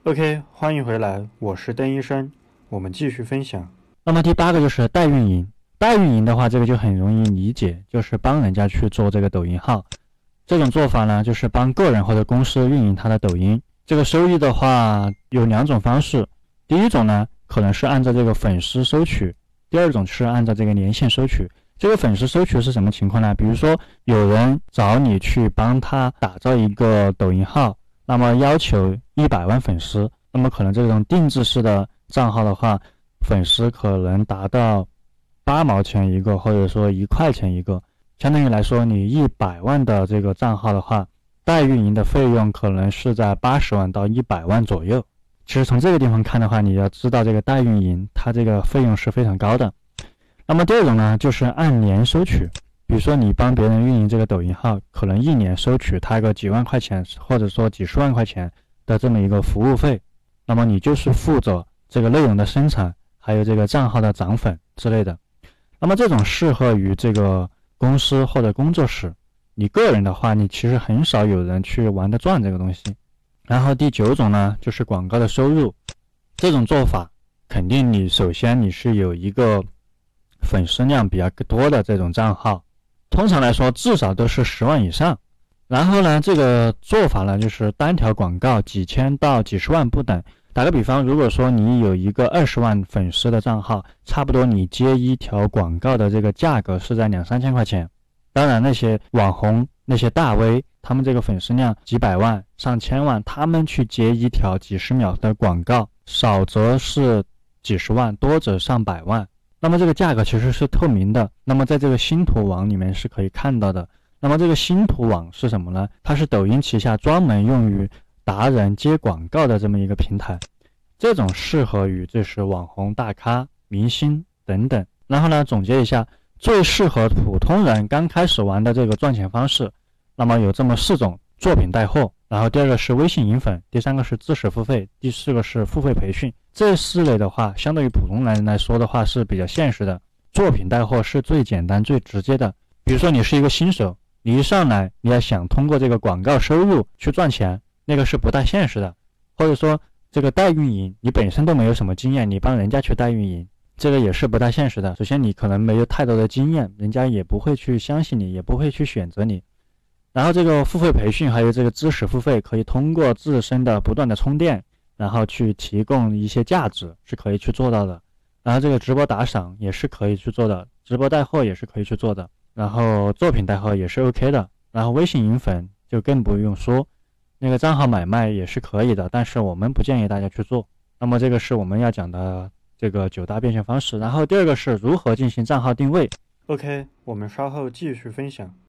OK，欢迎回来，我是邓医生，我们继续分享。 那么第8个就是代运营。代运营的话，这个就很容易理解，就是帮人家去做这个抖音号。这种做法呢，就是帮个人或者公司运营他的抖音。这个收益的话有2种方式，第一种呢，可能是按照这个粉丝收取，第二种是按照这个年限收取。这个粉丝收取是什么情况呢？比如说有人找你去帮他打造一个抖音号，那么要求100万粉丝，那么可能这种定制式的账号的话，粉丝可能达到8毛钱一个，或者说1块钱一个。相当于来说，你100万的这个账号的话，代运营的费用可能是在80万到100万左右。其实从这个地方看的话，你要知道这个代运营它这个费用是非常高的。那么第二种呢，就是按年收取。比如说你帮别人运营这个抖音号，可能1年收取他个几万块钱，或者说几十万块钱的这么一个服务费，那么你就是负责这个内容的生产，还有这个账号的涨粉之类的。那么这种适合于这个公司或者工作室，你个人的话，你其实很少有人去玩得转这个东西。然后第9种呢，就是广告的收入。这种做法肯定你首先你是有一个粉丝量比较多的这种账号，通常来说至少都是10万以上。然后呢，这个做法呢，就是单条广告几千到几十万不等。打个比方，如果说你有一个20万粉丝的账号，差不多你接一条广告的这个价格是在2、3千块钱。当然那些网红那些大 V， 他们这个粉丝量几百万上千万，他们去接一条几十秒的广告，少则是几十万，多则上百万。那么这个价格其实是透明的，那么在这个星图网里面是可以看到的。那么这个星图网是什么呢？它是抖音旗下专门用于达人接广告的这么一个平台，这种适合于就是网红大咖、明星等等。然后呢，总结一下，最适合普通人刚开始玩的这个赚钱方式，那么有这么4种：作品带货，然后第2个是微信引粉，第3个是知识付费，第4个是付费培训。这4类的话，相对于普通人来说的话是比较现实的。作品带货是最简单最直接的，比如说你是一个新手，你一上来你要想通过这个广告收入去赚钱，那个是不太现实的。或者说这个代运营，你本身都没有什么经验，你帮人家去代运营，这个也是不太现实的。首先你可能没有太多的经验，人家也不会去相信你，也不会去选择你。然后这个付费培训还有这个知识付费，可以通过自身的不断的充电，然后去提供一些价值，是可以去做到的。然后这个直播打赏也是可以去做的，直播带货也是可以去做的，然后作品带货也是 OK 的，然后微信引粉就更不用说，那个账号买卖也是可以的，但是我们不建议大家去做。那么这个是我们要讲的这个9大变现方式。然后第2个是如何进行账号定位。 OK，我们稍后继续分享。